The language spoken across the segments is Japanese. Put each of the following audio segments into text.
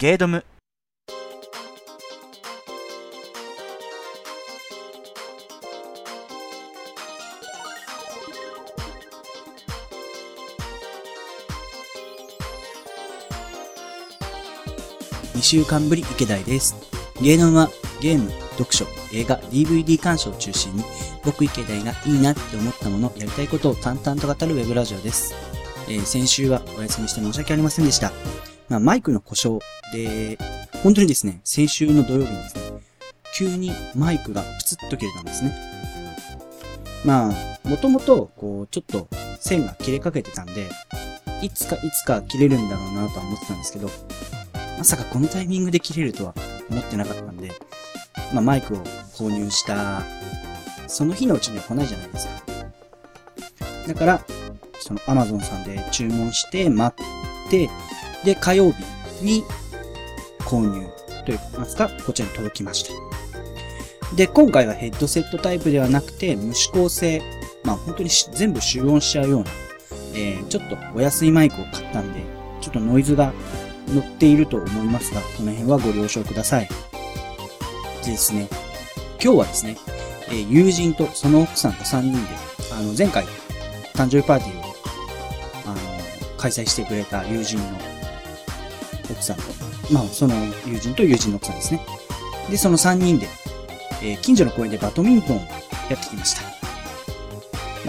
ゲードム。 2週間ぶり池田です。ゲードムはゲーム、読書、映画、DVD 鑑賞を中心に僕池田がいいなって思ったもの、やりたいことを淡々と語るウェブラジオです。先週はお休みして申し訳ありませんでした。マイクの故障で、本当にですね、先週の土曜日にですね、急にマイクがプツッと切れたんですね。もともと、ちょっと線が切れかけてたんで、いつか切れるんだろうなとは思ってたんですけど、まさかこのタイミングで切れるとは思ってなかったんで、マイクを購入した、その日のうちには来ないじゃないですか。だから、その Amazon さんで注文して待って、で、火曜日に購入といいますか、こちらに届きました。で、今回はヘッドセットタイプではなくて、無指向性、本当に全部集音しちゃうような、ちょっとお安いマイクを買ったんで、ちょっとノイズが乗っていると思いますが、この辺はご了承ください。でですね、今日はですね、友人とその奥さんと3人で、前回、誕生日パーティーを、開催してくれた友人の奥さんと、その友人と友人の奥さんですね。で、その3人で、近所の公園でバドミントンをやってきました。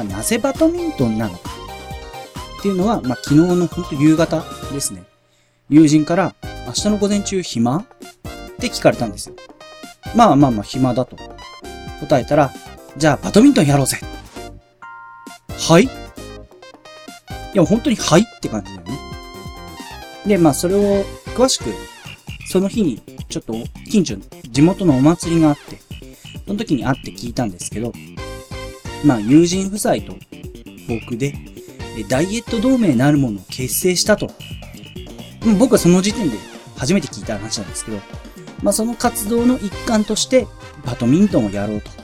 なぜバドミントンなのかっていうのは、昨日のほんと夕方ですね。友人から、明日の午前中暇って聞かれたんですよ。暇だと答えたら、じゃあバドミントンやろうぜ。はい？いや、本当にはいって感じだよね。で、それを詳しく、その日にちょっと近所、地元のお祭りがあって、その時に会って聞いたんですけど、友人夫妻と僕で、ダイエット同盟なるものを結成したと。僕はその時点で初めて聞いた話なんですけど、その活動の一環としてバドミントンをやろうと。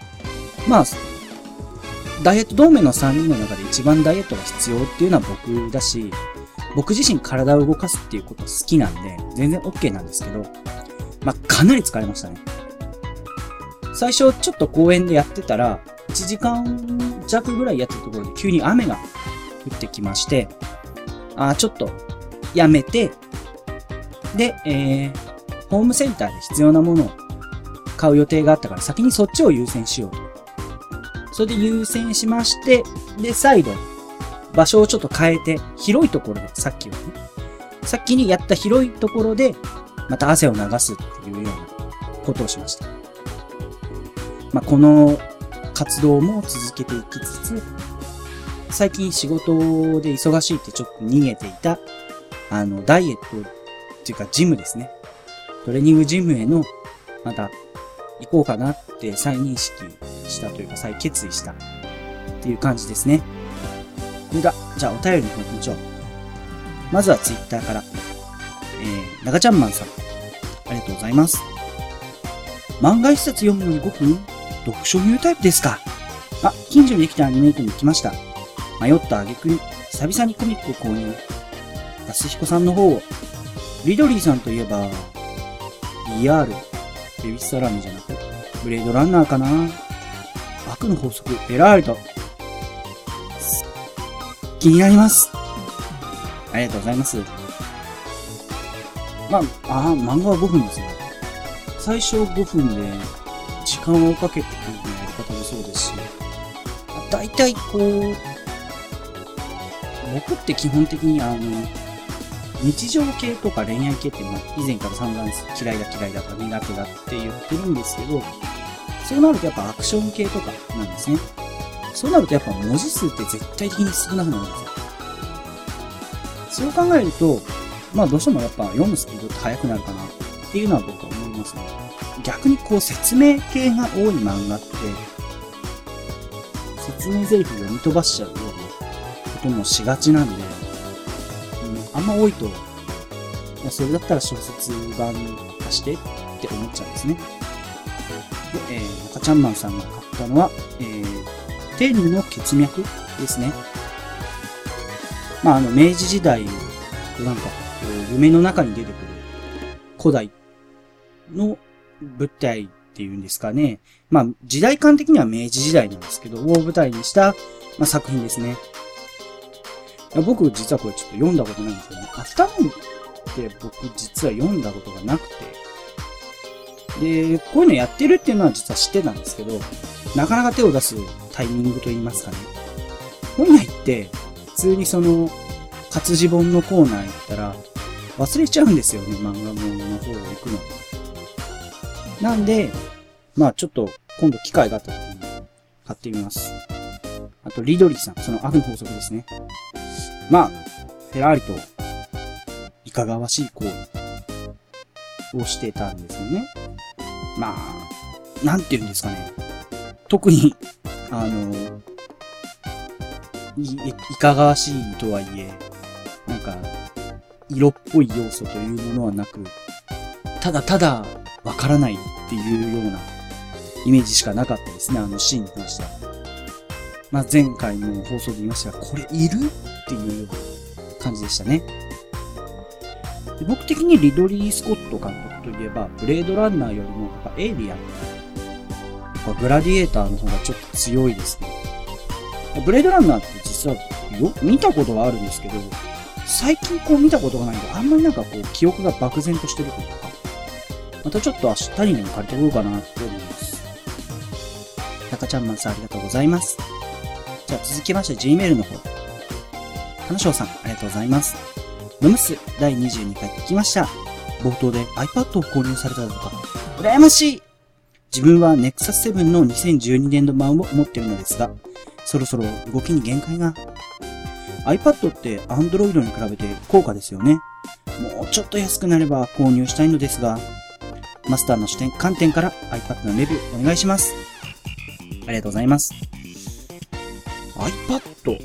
ダイエット同盟の3人の中で一番ダイエットが必要っていうのは僕だし、僕自身体を動かすっていうこと好きなんで、全然 OK なんですけど、かなり疲れましたね。最初ちょっと公園でやってたら、1時間弱ぐらいやってたところで急に雨が降ってきまして、ちょっとやめて、で、ホームセンターで必要なものを買う予定があったから先にそっちを優先しようと。それで優先しまして、で、再度、場所をちょっと変えて、広いところで、さっきにやった広いところで、また汗を流すっていうようなことをしました。この活動も続けていきつつ、最近仕事で忙しいってちょっと逃げていた、ダイエットっていうかジムですね。トレーニングジムへの、また行こうかなって再認識したというか再決意したっていう感じですね。じゃあお便りの方行きましょう。まずはツイッターから。長ちゃんマンさん。ありがとうございます。漫画一冊読むのに5分？読書入タイプですか？近所にできたアニメイトに行きました。迷った挙句に久々にコミックを購入。安彦さんの方を。リドリーさんといえば、ER、ベビスサラミじゃなく、ブレードランナーかな？悪の法則、フェラーリと。気になります。ありがとうございます。漫画は5分ですね。最初5分で時間をかけてくるようなやり方もそうですし、だいたい僕って基本的に日常系とか恋愛系って以前から散々嫌いだとか苦手だって言ってるんですけど、そうなるとやっぱアクション系とかなんですね。そうなるとやっぱ文字数って絶対的に少なくなるんですよ。そう考えると、どうしてもやっぱ読むスピードって速くなるかなっていうのは僕は思いますね。逆に説明系が多い漫画って、説明台詞読み飛ばしちゃうようなこともしがちなんで、あんま多いと、それだったら小説版化してって思っちゃうんですね。で、中ちゃんマンさんが買ったのは、天の血脈ですね。明治時代、夢の中に出てくる古代の舞台っていうんですかね。まあ、時代感的には明治時代なんですけど、を舞台にした、まあ、作品ですね。僕実はこれちょっと読んだことないんですけどね。アフタヌーンって僕実は読んだことがなくて。で、こういうのやってるっていうのは実は知ってたんですけど、なかなか手を出すタイミングといいますかね。本来って、普通にその、活字本のコーナー行ったら、忘れちゃうんですよね、漫画本の方を行くの。なんで、まあちょっと、今度機会があった時に買ってみます。あと、リドリーさん、その悪の法則ですね。まあ、フェラーリと、いかがわしい行為をしてたんですよね。まあ、なんて言うんですかね。特に、いかがわしいとはいえ、なんか、色っぽい要素というものはなく、ただただわからないっていうようなイメージしかなかったですね、あのシーンに関しては。まあ前回の放送で言いましたが、これいるっていうような感じでしたね。で僕的にリドリー・スコット監督といえば、ブレードランナーよりもやっぱエイリアンとかグラディエーターの方がちょっと強いですね。ブレードランナーって実は見たことがあるんですけど、最近こう見たことがないんで、あんまりなんかこう記憶が漠然としてるというか、またちょっと明日にでも借りてこようかなって思います。中ちゃんマンさんありがとうございます。じゃあ続きまして Gmail の方。金賞さんありがとうございます。ノムス第22回聞きました。冒頭で iPad を購入されたとか、羨ましい。自分は Nexus 7の2012年度版を持っているのですが、そろそろ動きに限界が。iPad って Android に比べて高価ですよね。もうちょっと安くなれば購入したいのですが、マスターの観点から iPad のレビューお願いします。ありがとうございます。iPad。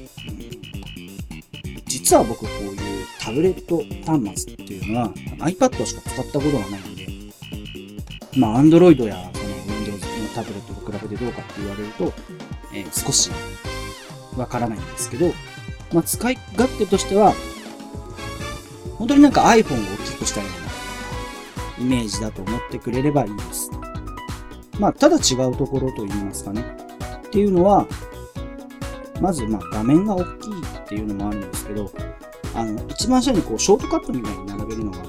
実は僕こういうタブレット端末っていうのは iPad しか使ったことがないんで、まあ Android やその Windows のタブレットと比べてどうかって言われると、少しわからないんですけど、まあ使い勝手としては、本当になんか iPhone を大きくしたようなイメージだと思ってくれればいいです。まあただ違うところと言いますかね。っていうのは、まずまあ画面が大きいっていうのもあるんですけど、一番下にこうショートカットみたいに並べるのがあって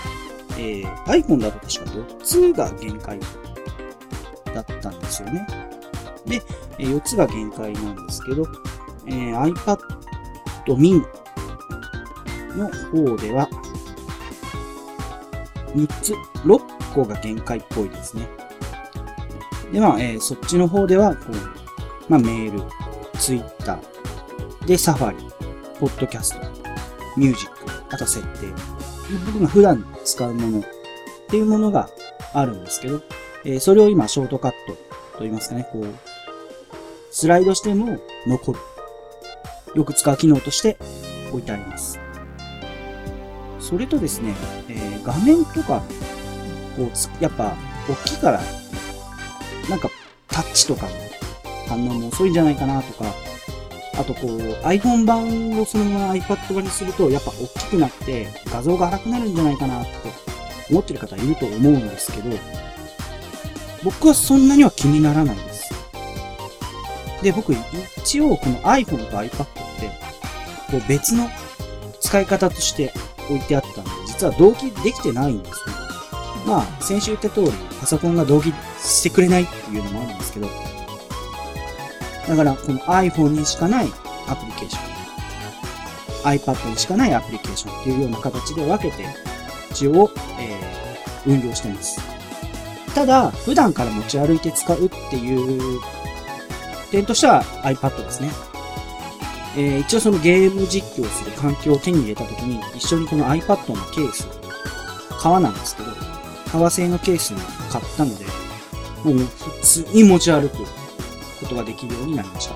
、iPhone だと確か4つが限界だったんですよね。で、4つが限界なんですけど、iPad mini の方では、6個が限界っぽいですね。で、まあ、そっちの方では、こう、まあ、メール、Twitter、で、サファリ、ポッドキャスト、ミュージック、あと設定。僕が普段使うものっていうものがあるんですけど、それを今、ショートカットと言いますかね、こう、スライドしても残る。よく使う機能として置いてあります。それとですね、画面とか、こう、やっぱ、大きいから、なんか、タッチとかの反応も遅いんじゃないかなとか、あとこう、iPhone 版をそのまま iPad 版にすると、やっぱ大きくなって画像が荒くなるんじゃないかなって思ってる方いると思うんですけど、僕はそんなには気にならないです。で、僕、一応この iPhone と iPad って、こう別の使い方として置いてあったんで、実は同期できてないんですね。まあ、先週言った通り、パソコンが同期してくれないっていうのもあるんですけど、だから、この iPhone にしかないアプリケーション、iPad にしかないアプリケーションっていうような形で分けて、一応、運用してます。ただ、普段から持ち歩いて使うっていう点としては iPad ですね。一応そのゲーム実況する環境を手に入れたときに、一緒にこの iPad のケース、革なんですけど、革製のケースに買ったので、もう普通に持ち歩くことができるようになりました。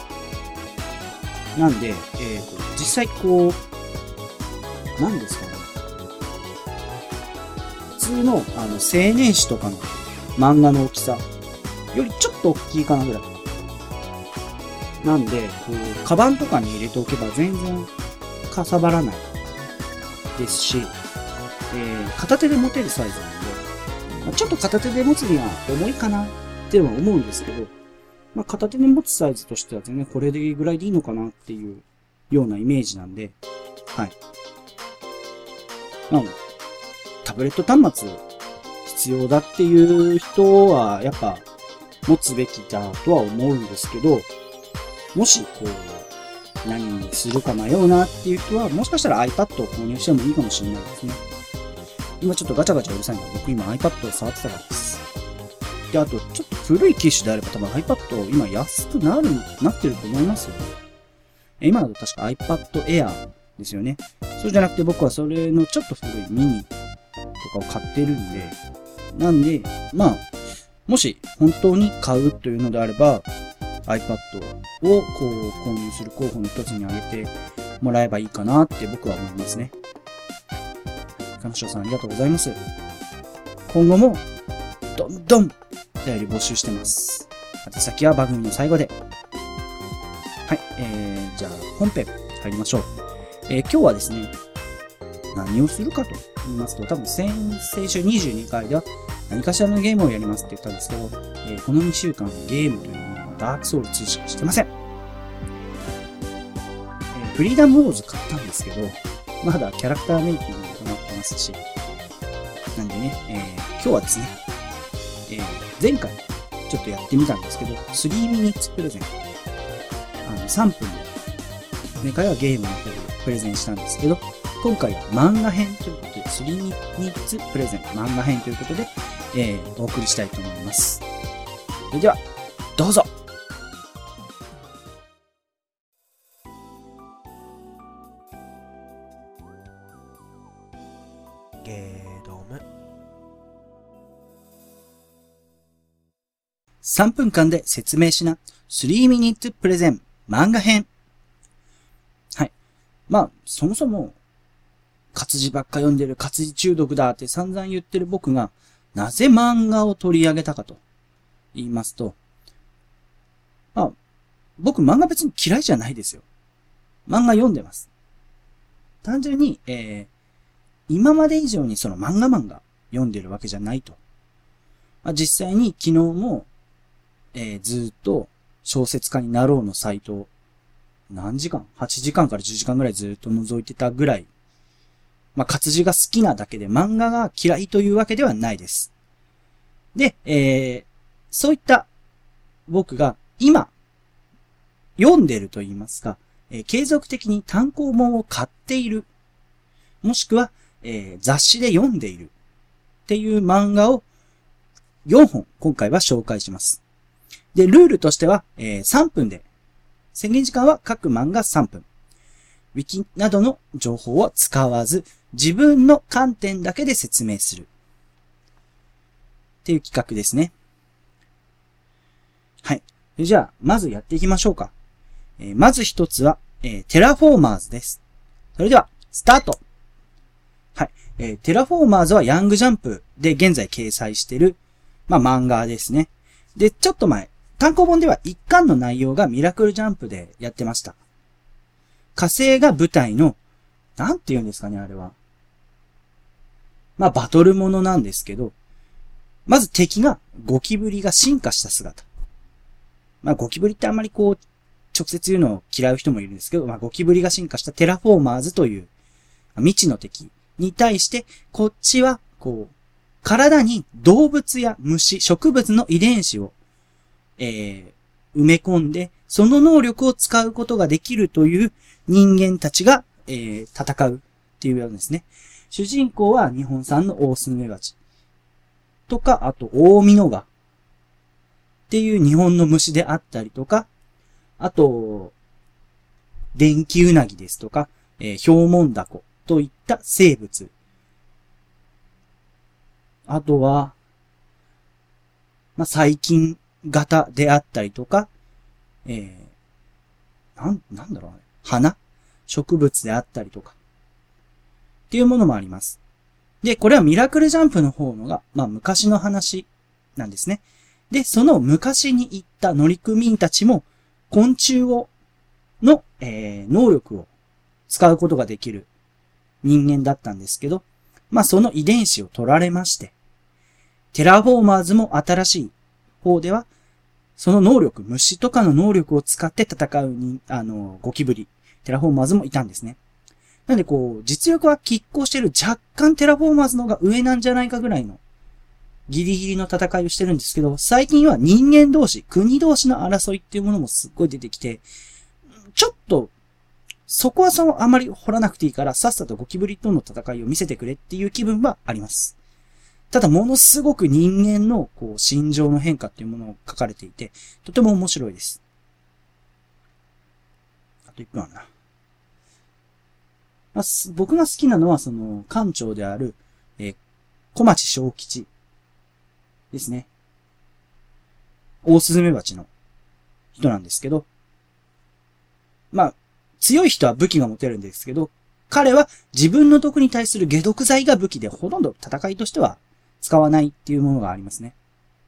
なんで、実際こう、何ですかね。普通の、青年誌とかの漫画の大きさよりちょっと大きいかなぐらい。なんで、こう、カバンとかに入れておけば全然かさばらないですし、 片手で持てるサイズなんで、ちょっと片手で持つには重いかなっては思うんですけど、片手で持つサイズとしては全然これぐらいでいいのかなっていうようなイメージなんで、はい。タブレット端末必要だっていう人はやっぱ持つべきだとは思うんですけど、もし何にするか迷うなっていう人は、もしかしたら iPad を購入してもいいかもしれないですね。今ちょっとガチャガチャうるさいので、僕今 iPad を触ってたからです。で、あと、ちょっと古い機種であれば多分 iPad 今安くなってると思いますよ。今だと確か iPad Air ですよね。そうじゃなくて僕はそれのちょっと古いミニとかを買ってるんで、なんで、もし本当に買うというのであれば、iPad を購入する候補の一つに挙げてもらえばいいかなって僕は思いますね。金城さんありがとうございます。今後もどんどんお便り募集してます。宛先は番組の最後で。はい、じゃあ本編入りましょう。今日はですね、何をするかと言いますと、多分先週22回では何かしらのゲームをやりますって言ったんですけど、この2週間ゲームというのはダークソウル2しかしてません。フリーダムウォーズ買ったんですけど、まだキャラクターメイキングが行ってますし、なんでね、今日はですね、前回ちょっとやってみたんですけど、3ミニッツプレゼント。3分で、前回はゲームの方でプレゼンしたんですけど、今回は漫画編ということで、3ミニッツプレゼント漫画編ということで、お送りしたいと思います。それでは、どうぞ。 ゲードム。 3分間で説明しな、3ミニッツプレゼン漫画編。はい。そもそも、活字ばっか読んでる活字中毒だって散々言ってる僕が、なぜ漫画を取り上げたかと言いますと、僕漫画別に嫌いじゃないですよ。漫画読んでます。単純に、今まで以上にその漫画読んでるわけじゃないと。実際に昨日も、ずっと小説家になろうのサイトを何時間 ?8 時間から10時間ぐらいずっと覗いてたぐらい、活字が好きなだけで漫画が嫌いというわけではないです。で、そういった僕が今読んでると言いますか、継続的に単行本を買っている、もしくは、雑誌で読んでいるっていう漫画を4本今回は紹介します。で、ルールとしては、3分で、制限時間は各漫画3分。ウィキなどの情報を使わず、自分の観点だけで説明する。っていう企画ですね。はい。じゃあ、まずやっていきましょうか。まず一つは、テラフォーマーズです。それでは、スタート。はい。テラフォーマーズはヤングジャンプで現在掲載している、漫画ですね。で、ちょっと前、単行本では一巻の内容がミラクルジャンプでやってました。火星が舞台の、なんて言うんですかね、あれは。バトルものなんですけど、まず敵がゴキブリが進化した姿。ゴキブリってあんまり直接言うのを嫌う人もいるんですけど、ゴキブリが進化したテラフォーマーズという未知の敵に対して、こっちは、体に動物や虫、植物の遺伝子を、埋め込んで、その能力を使うことができるという人間たちが、戦うっていうやつですね。主人公は日本産のオオスズメバチとか、あとオオミノガっていう日本の虫であったりとか、あと、電気ウナギですとか、ヒョウモンダコといった生物。あとは、細菌型であったりとか、なんだろうね。花植物であったりとか。っていうものもあります。で、これはミラクルジャンプの方のが、昔の話なんですね。で、その昔に行った乗組員たちも、昆虫の、能力を使うことができる人間だったんですけど、 まあその遺伝子を取られまして、テラフォーマーズも新しい方では、その能力、虫とかの能力を使って戦うに、ゴキブリ、テラフォーマーズもいたんですね。なんでこう、実力は拮抗してる若干テラフォーマーズの方が上なんじゃないかぐらいのギリギリの戦いをしてるんですけど、最近は人間同士、国同士の争いっていうものもすっごい出てきて、ちょっと、そこはあまり掘らなくていいから、さっさとゴキブリとの戦いを見せてくれっていう気分はあります。ただ、ものすごく人間の、心情の変化っていうものを書かれていて、とても面白いです。あと1分あるな。僕が好きなのは、館長である、小町小吉ですね。オオスズメバチの人なんですけど、まあ、強い人は武器が持てるんですけど、彼は自分の毒に対する解毒剤が武器で、ほとんど戦いとしては使わないっていうものがありますね。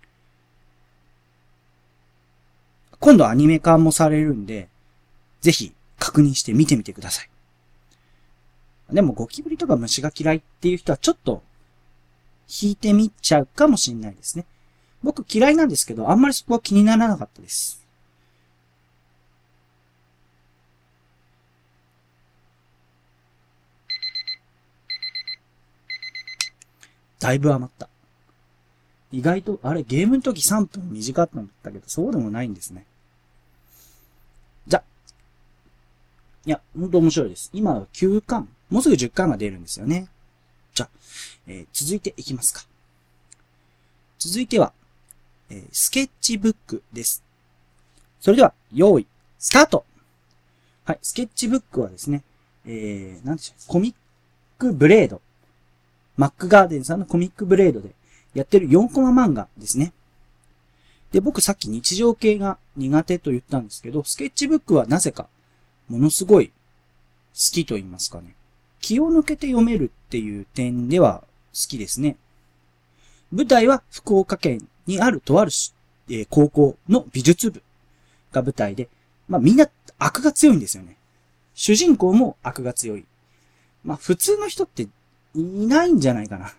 今度アニメ化もされるんで、ぜひ確認して見てみてください。でもゴキブリとか虫が嫌いっていう人はちょっと引いてみちゃうかもしれないですね。僕嫌いなんですけど、あんまりそこは気にならなかったです。だいぶ余った。意外と、あれ、ゲームの時3分短かったんだけど、そうでもないんですね。じゃ。いや、ほんと面白いです。今は9巻。もうすぐ10巻が出るんですよね。じゃ、続いていきますか。続いては、スケッチブックです。それでは、用意、スタート。はい、スケッチブックはですね、なんでしょう、コミックブレード。マックガーデンさんのコミックブレードでやってる4コマ漫画ですね。で、僕さっき日常系が苦手と言ったんですけど、スケッチブックはなぜか、ものすごい好きと言いますかね。気を抜けて読めるっていう点では好きですね。舞台は福岡県にあるとある、高校の美術部が舞台で、まあみんな悪が強いんですよね。主人公も悪が強い。まあ普通の人っていないんじゃないかな。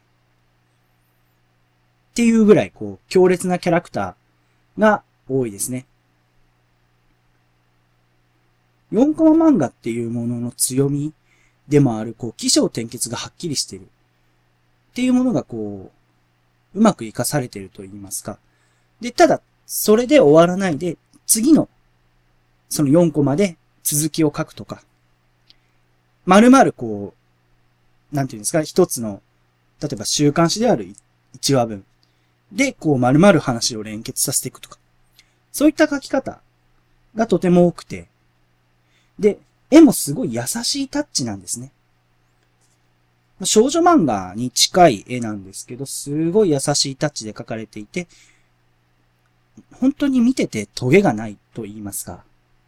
っていうぐらい、強烈なキャラクターが多いですね。4コマ漫画っていうものの強みでもある、起承転結がはっきりしている。っていうものがうまく活かされていると言いますか。で、ただ、それで終わらないで、次の、その4コマで続きを書くとか、丸々なんていうんですか、一つの、例えば週刊誌である1話分で、丸々話を連結させていくとか。そういった書き方がとても多くて、で、絵もすごい優しいタッチなんですね。少女漫画に近い絵なんですけど、すごい優しいタッチで描かれていて、本当に見ててトゲがないと言いますか、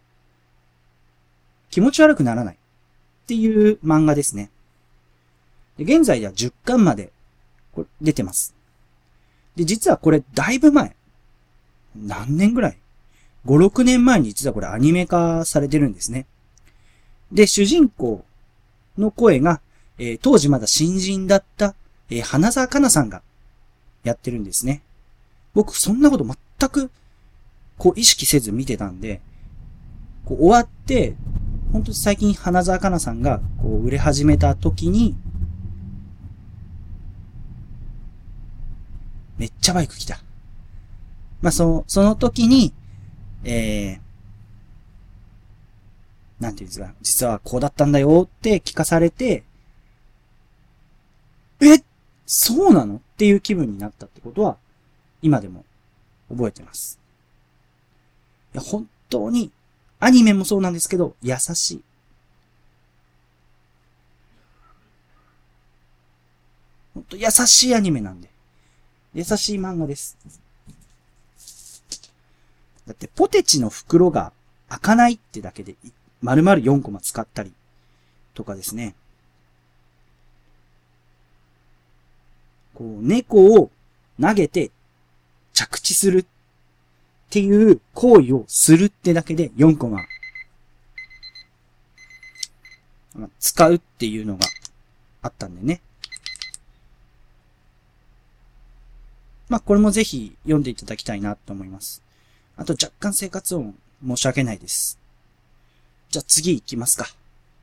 気持ち悪くならないっていう漫画ですね。で現在では10巻まで出てます。で、実はこれだいぶ前。何年ぐらい ?5、6年前に実はこれアニメ化されてるんですね。で、主人公の声が、当時まだ新人だった、花澤香菜さんがやってるんですね。僕そんなこと全く意識せず見てたんで、終わって、本当に最近花澤香菜さんが売れ始めた時に、めっちゃバイク来た。まあ、その時に、なんていうんですか、実はこうだったんだよって聞かされて、そうなのっていう気分になったってことは、今でも覚えてます。いや、本当に、アニメもそうなんですけど、優しい。本当優しいアニメなんで。優しい漫画です。だって、ポテチの袋が開かないってだけで、丸々4コマ使ったり、とかですね。猫を投げて着地するっていう行為をするってだけで4コマ使うっていうのがあったんでね。 まあ、これもぜひ読んでいただきたいなと思います。あと若干生活音申し訳ないです。じゃあ次行きますか。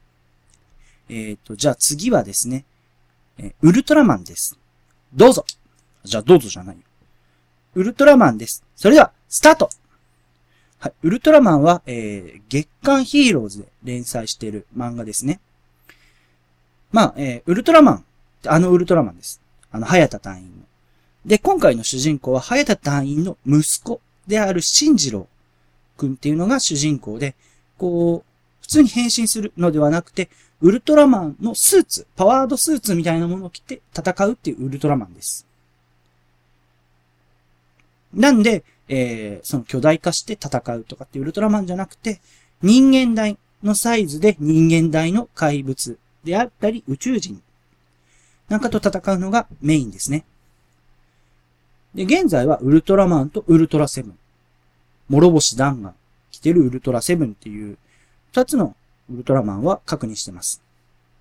じゃあ次はですね、ウルトラマンです。どうぞ。じゃあどうぞじゃないよ。ウルトラマンです。それでは、スタート。はい。ウルトラマンは、月刊ヒーローズで連載している漫画ですね。まあ、ウルトラマンってウルトラマンです。早田隊員の。で、今回の主人公は早田隊員の息子である進次郎くんっていうのが主人公で、こう、普通に変身するのではなくて、ウルトラマンのスーツ、パワードスーツみたいなものを着て戦うっていうウルトラマンです。なんで、その巨大化して戦うとかっていうウルトラマンじゃなくて、人間大のサイズで人間大の怪物であったり宇宙人なんかと戦うのがメインですね。で、現在はウルトラマンとウルトラセブン。諸星ダンが着てるウルトラセブンっていう二つのウルトラマンは確認してます。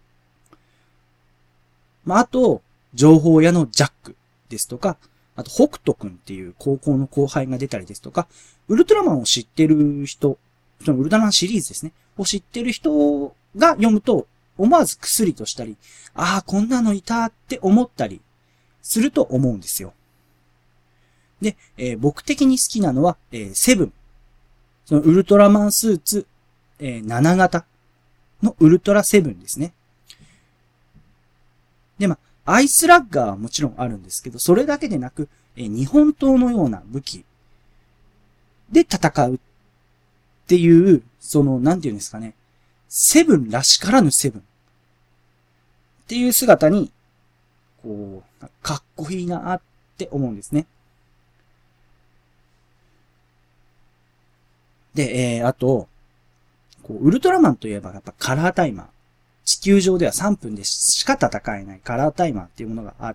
まあ、あと、情報屋のジャックですとか、あと、北斗くんっていう高校の後輩が出たりですとか、ウルトラマンを知ってる人、そのウルトラマンシリーズですね、を知ってる人が読むと、思わずクスリとしたり、ああ、こんなのいたって思ったりすると思うんですよ。で、僕的に好きなのは、セブン。そのウルトラマンスーツ、7型のウルトラセブンですね。で、まあ、アイスラッガーはもちろんあるんですけど、それだけでなく、日本刀のような武器で戦うっていう、なんていうんですかね。セブンらしからぬセブンっていう姿に、こう、かっこいいなって思うんですね。で、あと、こう、ウルトラマンといえばやっぱカラータイマー。地球上では3分でしか戦えないカラータイマーっていうものがあって、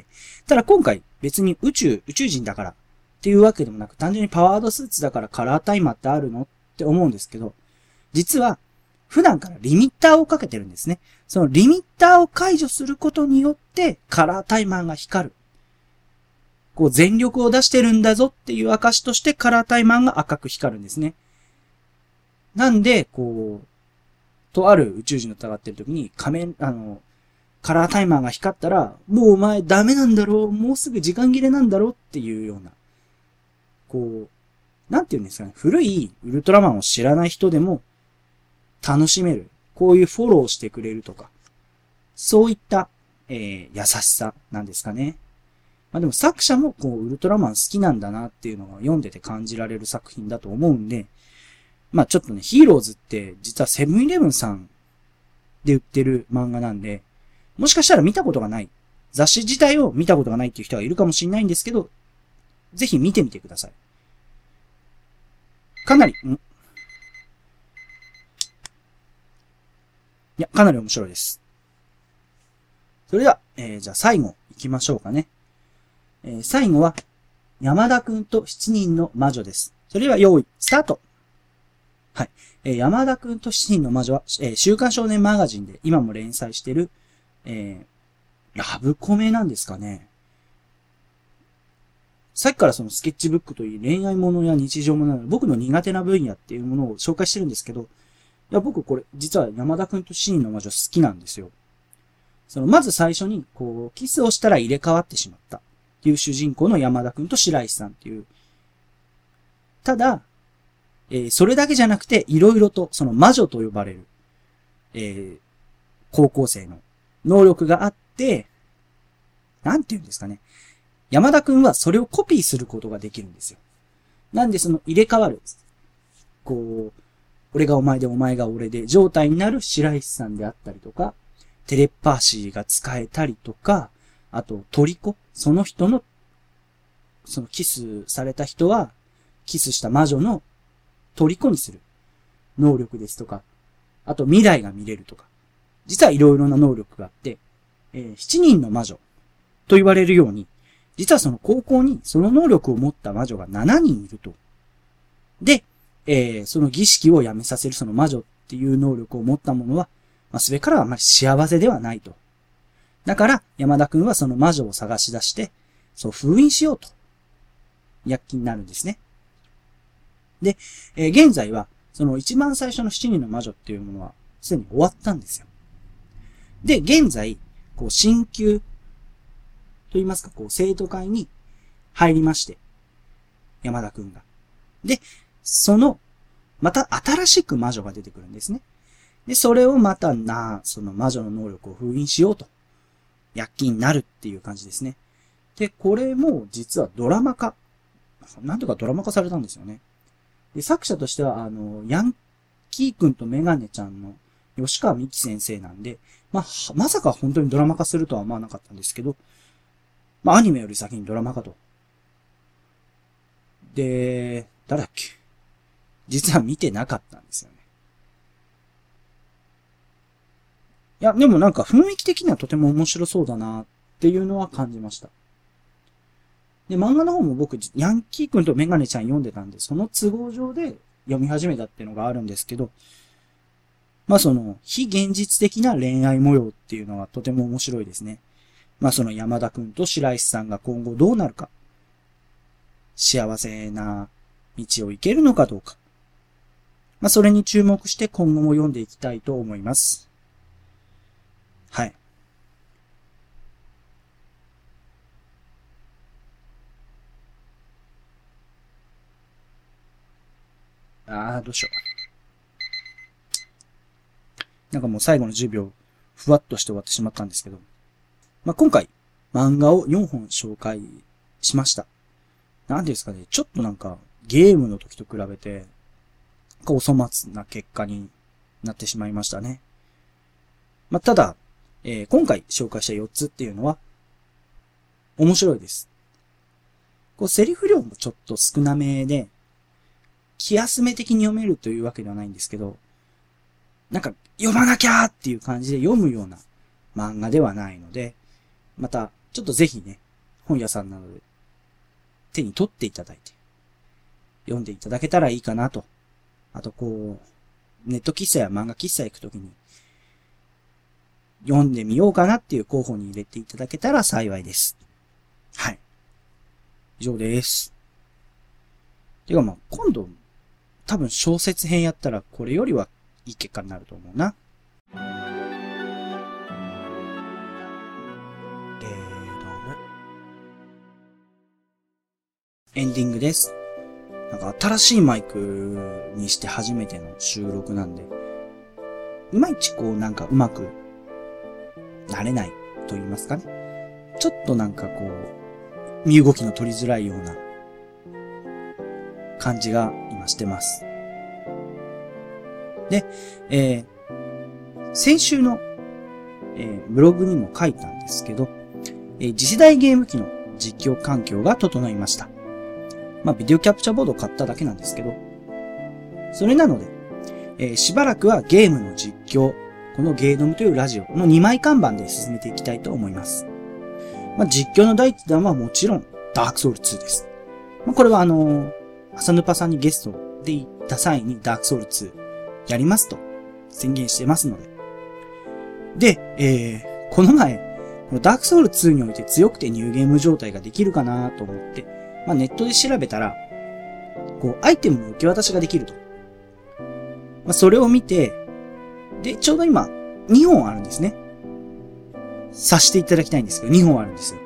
ただ今回別に宇宙人だからっていうわけでもなく、単純にパワードスーツだからカラータイマーってあるのって思うんですけど、実は普段からリミッターをかけてるんですね。そのリミッターを解除することによってカラータイマーが光る。こう全力を出してるんだぞっていう証としてカラータイマーが赤く光るんですね。なんで、こう、とある宇宙人と戦ってる時にカラータイマーが光ったら、もうお前ダメなんだろう、もうすぐ時間切れなんだろうっていうような、こう、なんていうんですかね、古いウルトラマンを知らない人でも楽しめる。こういうフォローしてくれるとか、そういった、優しさなんですかね。まあでも作者もこうウルトラマン好きなんだなっていうのが読んでて感じられる作品だと思うんで、まあちょっとね、ヒーローズって実はセブンイレブンさんで売ってる漫画なんで、もしかしたら見たことがない、雑誌自体を見たことがないっていう人がいるかもしれないんですけど、ぜひ見てみてください。かなり、かなり面白いです。それでは、じゃあ最後行きましょうかね。最後は、山田くんと7人の魔女です。それでは用意、スタート。はい。山田くんと7人の魔女は、週刊少年マガジンで今も連載している、ラブコメなんですかね。さっきからそのスケッチブックといい恋愛ものや日常ものなど僕の苦手な分野っていうものを紹介してるんですけど、いや僕これ実は山田くんと7人の魔女好きなんですよ。まず最初にこうキスをしたら入れ替わってしまったっていう主人公の山田くんと白石さんっていう。ただ、それだけじゃなくていろいろとその魔女と呼ばれる、高校生の能力があって、なんて言うんですかね。山田くんはそれをコピーすることができるんですよ。なんで入れ替わる。こう、俺がお前でお前が俺で状態になる白石さんであったりとか、テレパシーが使えたりとか、あと虜、その人の、キスされた人は、キスした魔女の虜にする能力ですとか、あと未来が見れるとか、実はいろいろな能力があって、7人の魔女と言われるように、実はその高校にその能力を持った魔女が7人いると。で、その儀式をやめさせるその魔女っていう能力を持った者は、すべからあまり幸せではないと。だから、山田くんはその魔女を探し出して、封印しようと躍起になるんですね。で、現在は、その一番最初の7人の魔女っていうものは、すでに終わったんですよ。で、現在、こう、進級、と言いますか、こう、生徒会に入りまして、山田くんが。で、また新しく魔女が出てくるんですね。で、それをまたその魔女の能力を封印しようと、躍起になるっていう感じですね。で、これも実はドラマ化。なんとかドラマ化されたんですよね。で、作者としては、ヤンキーくんとメガネちゃんの吉川美希先生なんで、まさか本当にドラマ化するとは思わなかったんですけど、アニメより先にドラマ化と。で、誰だっけ？実は見てなかったんですよね。いや、でもなんか雰囲気的にはとても面白そうだなっていうのは感じました。で、漫画の方も僕、ヤンキーくんとメガネちゃん読んでたんで、その都合上で読み始めたっていうのがあるんですけど、その、非現実的な恋愛模様っていうのはとても面白いですね。その山田くんと白石さんが今後どうなるか。幸せな道を行けるのかどうか。それに注目して今後も読んでいきたいと思います。はい。どうしよう。なんかもう最後の10秒、ふわっとして終わってしまったんですけど。今回、漫画を4本紹介しました。なんですかね、ちょっとなんか、ゲームの時と比べて、お粗末な結果になってしまいましたね。ただ、今回紹介した4つっていうのは、面白いです。セリフ量もちょっと少なめで、気休め的に読めるというわけではないんですけど、なんか読まなきゃーっていう感じで読むような漫画ではないので、またちょっとぜひね、本屋さんなどで手に取っていただいて、読んでいただけたらいいかなと。あとネット喫茶や漫画喫茶行くときに、読んでみようかなっていう候補に入れていただけたら幸いです。はい。以上です。てか今度、多分小説編やったらこれよりはいい結果になると思うな。エンディングです。なんか新しいマイクにして初めての収録なんで、いまいちなんかうまくなれないと言いますかね。ちょっとなんか身動きの取りづらいような感じが今してます。で、先週の、ブログにも書いたんですけど、次世代ゲーム機の実況環境が整いました。ビデオキャプチャーボードを買っただけなんですけど、それなので、しばらくはゲームの実況、このゲードムというラジオの2枚看板で進めていきたいと思います。実況の第一弾はもちろん、ダークソウル2です。これは浅ヌパさんにゲストで行った際にダークソウル2やりますと宣言してますので。で、この前、このダークソウル2において強くてニューゲーム状態ができるかなと思って、ネットで調べたら、アイテムの受け渡しができると。それを見て、で、ちょうど今、2本あるんですね。さしていただきたいんですけど、2本あるんですよ。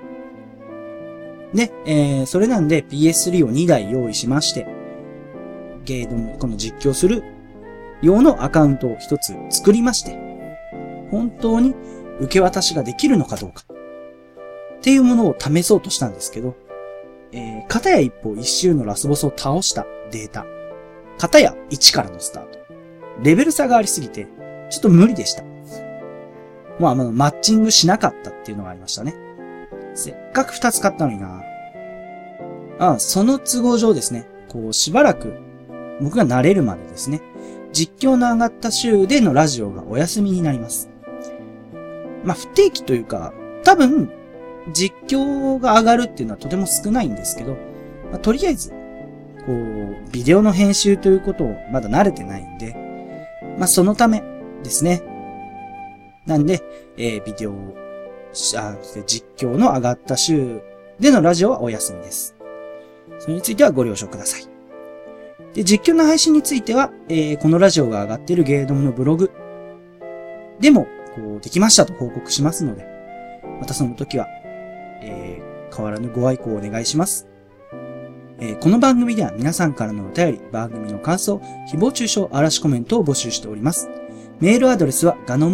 で、それなんで PS3 を2台用意しまして、ゲーム、この実況する用のアカウントを1つ作りまして、本当に受け渡しができるのかどうか、っていうものを試そうとしたんですけど、片や一方一周のラスボスを倒したデータ。片や1からのスタート。レベル差がありすぎて、ちょっと無理でした。マッチングしなかったっていうのがありましたね。せっかく2つ買ったのにな。その都合上ですね。しばらく、僕が慣れるまでですね。実況の上がった週でのラジオがお休みになります。不定期というか、多分、実況が上がるっていうのはとても少ないんですけど、とりあえず、ビデオの編集ということをまだ慣れてないんで、そのためですね。なんで、実況の上がった週でのラジオはお休みです。 それについてはご了承ください。で、実況の配信については、このラジオが上がっているゲードムのブログでも、できましたと報告しますので、またその時は、変わらぬご愛顧をお願いします。この番組では皆さんからのお便り、番組の感想、誹謗中傷、嵐コメントを募集しております。メールアドレスは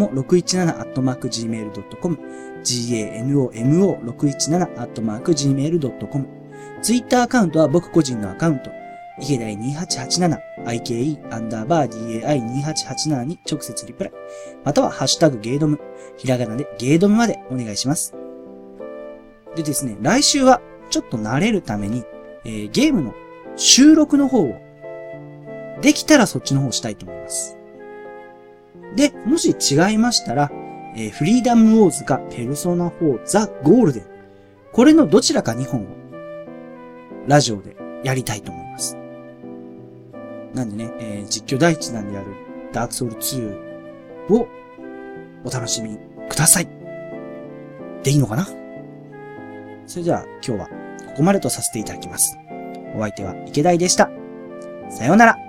ganomo617@gmail.com、ganomo617@gmail.com。ツイッターアカウントは僕個人のアカウント、池田2887、ike_dai2887 に直接リプライ、またはハッシュタグゲードム、ひらがなでゲードムまでお願いします。でですね、来週はちょっと慣れるために、ゲームの収録の方を、できたらそっちの方をしたいと思います。で、もし違いましたら、フリーダムウォーズかペルソナ4ザ・ゴールデン。これのどちらか2本を、ラジオでやりたいと思います。なんでね、実況第一弾であるダークソウル2をお楽しみください。でいいのかな？それでは今日はここまでとさせていただきます。お相手は池田でした。さようなら。